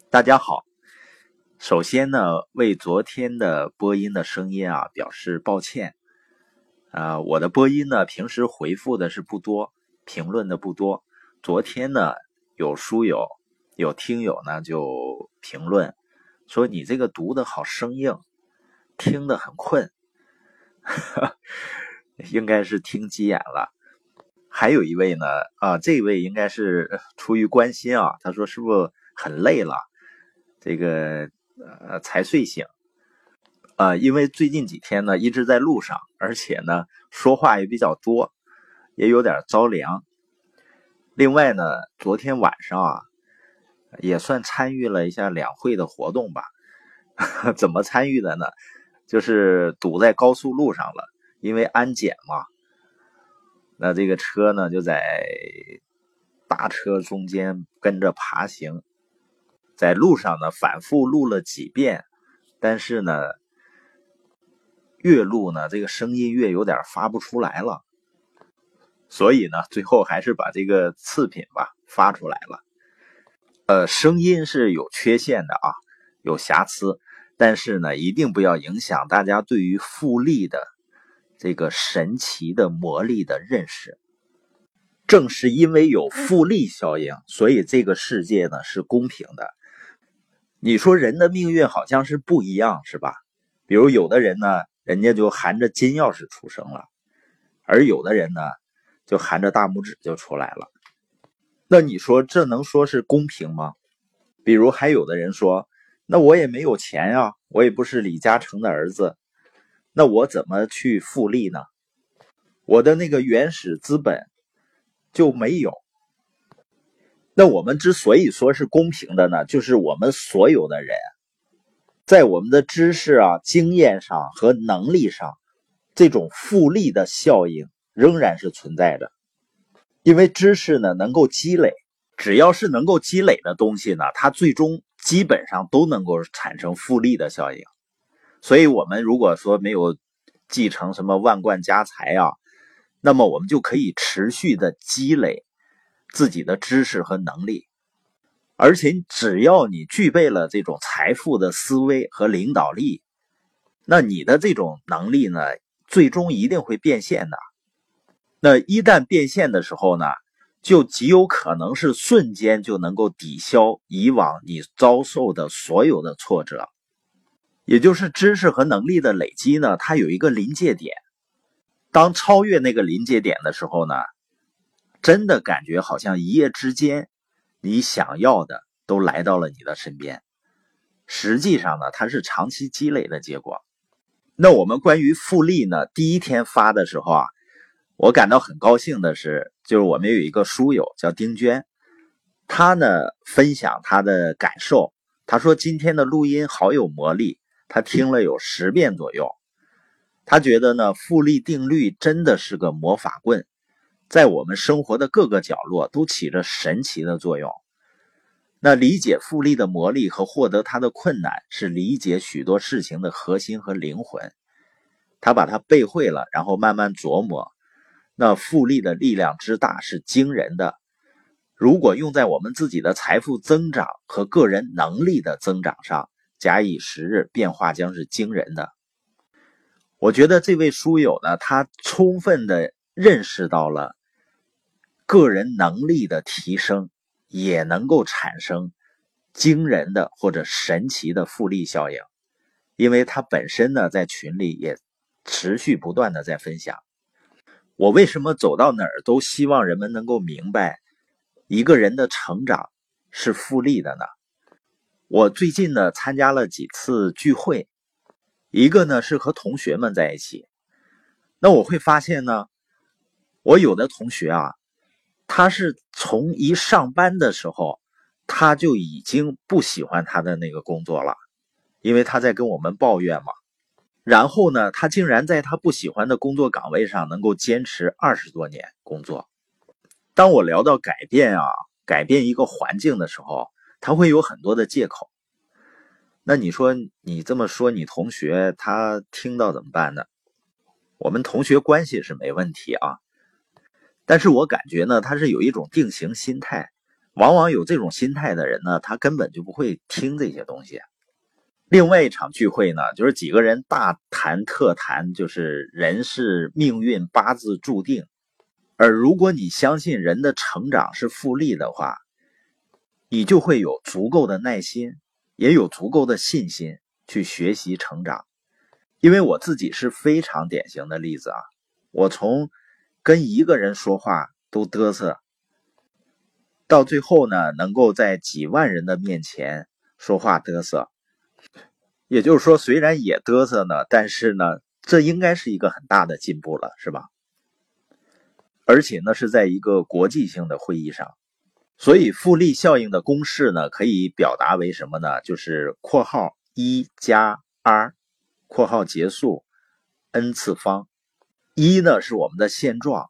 大家好，首先呢，为昨天的播音的声音表示抱歉。我的播音呢，平时回复的是不多，评论的不多。昨天呢，有书友、有听友呢就评论说你这个读的好生硬，听得很困，应该是听急眼了。还有一位呢，这位应该是出于关心他说是不是很累了？这个才睡醒。因为最近几天呢一直在路上，而且呢说话也比较多，也有点着凉。另外呢，昨天晚上也算参与了一下两会的活动吧。怎么参与的呢？就是堵在高速路上了，因为安检嘛。那这个车呢就在大车中间跟着爬行，在路上呢反复录了几遍，但是呢越录呢这个声音越有点发不出来了，所以呢最后还是把这个次品发出来了。声音是有缺陷的有瑕疵，但是呢一定不要影响大家对于复利的这个神奇的魔力的认识。正是因为有复利效应，所以这个世界呢是公平的。你说人的命运好像是不一样，是吧？比如有的人呢，人家就含着金钥匙出生了，而有的人呢，就含着大拇指就出来了。那你说这能说是公平吗？比如还有的人说，那我也没有钱我也不是李嘉诚的儿子，那我怎么去复利呢？我的那个原始资本就没有。那我们之所以说是公平的呢，就是我们所有的人在我们的知识经验上和能力上，这种复利的效应仍然是存在的。因为知识呢能够积累，只要是能够积累的东西呢，它最终基本上都能够产生复利的效应。所以我们如果说没有继承什么万贯家财那么我们就可以持续的积累自己的知识和能力。而且只要你具备了这种财富的思维和领导力，那你的这种能力呢，最终一定会变现的。那一旦变现的时候呢，就极有可能是瞬间就能够抵消以往你遭受的所有的挫折。也就是知识和能力的累积呢，它有一个临界点。当超越那个临界点的时候呢，真的感觉好像一夜之间你想要的都来到了你的身边。实际上呢，它是长期积累的结果。那我们关于复利呢，第一天发的时候我感到很高兴的是，就是我们有一个书友叫丁娟，他呢分享他的感受。他说今天的录音好有魔力，他听了有10遍左右。他觉得呢，复利定律真的是个魔法棍，在我们生活的各个角落都起着神奇的作用。那理解复利的魔力和获得它的困难，是理解许多事情的核心和灵魂。他把它背会了，然后慢慢琢磨。那复利的力量之大是惊人的，如果用在我们自己的财富增长和个人能力的增长上，假以时日，变化将是惊人的。我觉得这位书友呢，他充分的认识到了个人能力的提升也能够产生惊人的或者神奇的复利效应。因为他本身呢在群里也持续不断的在分享。我为什么走到哪儿都希望人们能够明白一个人的成长是复利的呢？我最近呢参加了几次聚会，一个呢是和同学们在一起。那我会发现呢，我有的同学他是从一上班的时候他就已经不喜欢他的那个工作了，因为他在跟我们抱怨嘛。然后呢，他竟然在他不喜欢的工作岗位上能够坚持20多年工作。当我聊到改变改变一个环境的时候，他会有很多的借口。那你说你这么说，你同学他听到怎么办呢？我们同学关系是没问题但是我感觉呢，他是有一种定型心态。 往往有这种心态的人呢，他根本就不会听这些东西。另外一场聚会呢，就是几个人大谈特谈，就是人是命运八字注定。而如果你相信人的成长是复利的话，你就会有足够的耐心，也有足够的信心去学习成长。因为我自己是非常典型的例子啊，我从跟一个人说话都嘚瑟，到最后呢，能够在几万人的面前说话嘚瑟。也就是说，虽然也嘚瑟呢，但是呢，这应该是一个很大的进步了，是吧？而且呢，是在一个国际性的会议上。所以复利效应的公式呢，可以表达为什么呢？就是括号1加 r 括号结束 n 次方。1呢是我们的现状，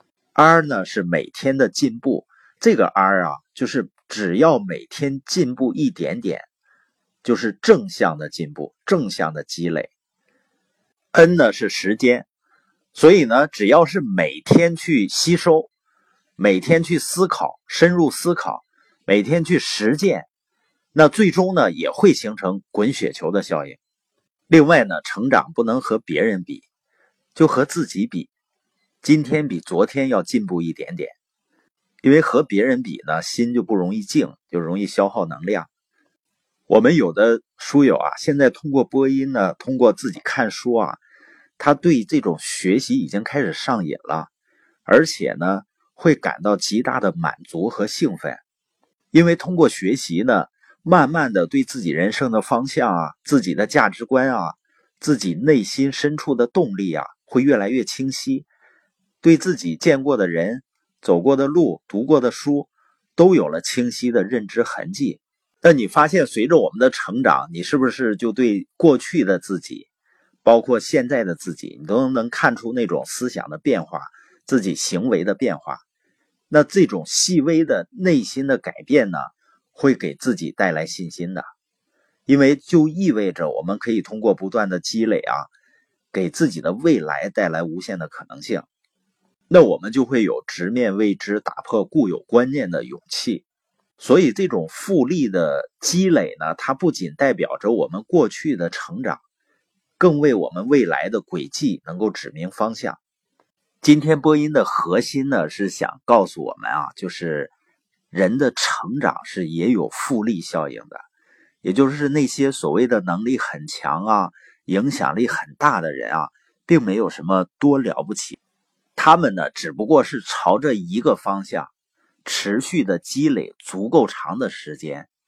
r 呢是每天的进步。这个 r 啊，就是只要每天进步一点点，就是正向的进步，正向的积累。n 呢是时间，所以呢，只要是每天去吸收，每天去思考，深入思考，每天去实践，那最终呢也会形成滚雪球的效应。另外呢，成长不能和别人比，就和自己比，今天比昨天要进步一点点。因为和别人比呢，心就不容易静，就容易消耗能量。我们有的书友啊，现在通过播音呢，通过自己看书啊，他对这种学习已经开始上瘾了，而且呢，会感到极大的满足和兴奋。因为通过学习呢，慢慢的对自己人生的方向啊，自己的价值观啊，自己内心深处的动力啊，会越来越清晰。对自己见过的人、走过的路、读过的书，都有了清晰的认知痕迹。那你发现随着我们的成长，你是不是就对过去的自己，包括现在的自己，你都能看出那种思想的变化，自己行为的变化？那这种细微的内心的改变呢，会给自己带来信心的。因为就意味着我们可以通过不断的积累啊，给自己的未来带来无限的可能性。那我们就会有直面未知、打破固有观念的勇气。所以这种复利的积累呢，它不仅代表着我们过去的成长，更为我们未来的轨迹能够指明方向。今天播音的核心呢，是想告诉我们啊，就是人的成长是也有复利效应的。也就是那些所谓的能力很强啊、影响力很大的人啊，并没有什么多了不起。他们呢，只不过是朝着一个方向持续的积累足够长的时间，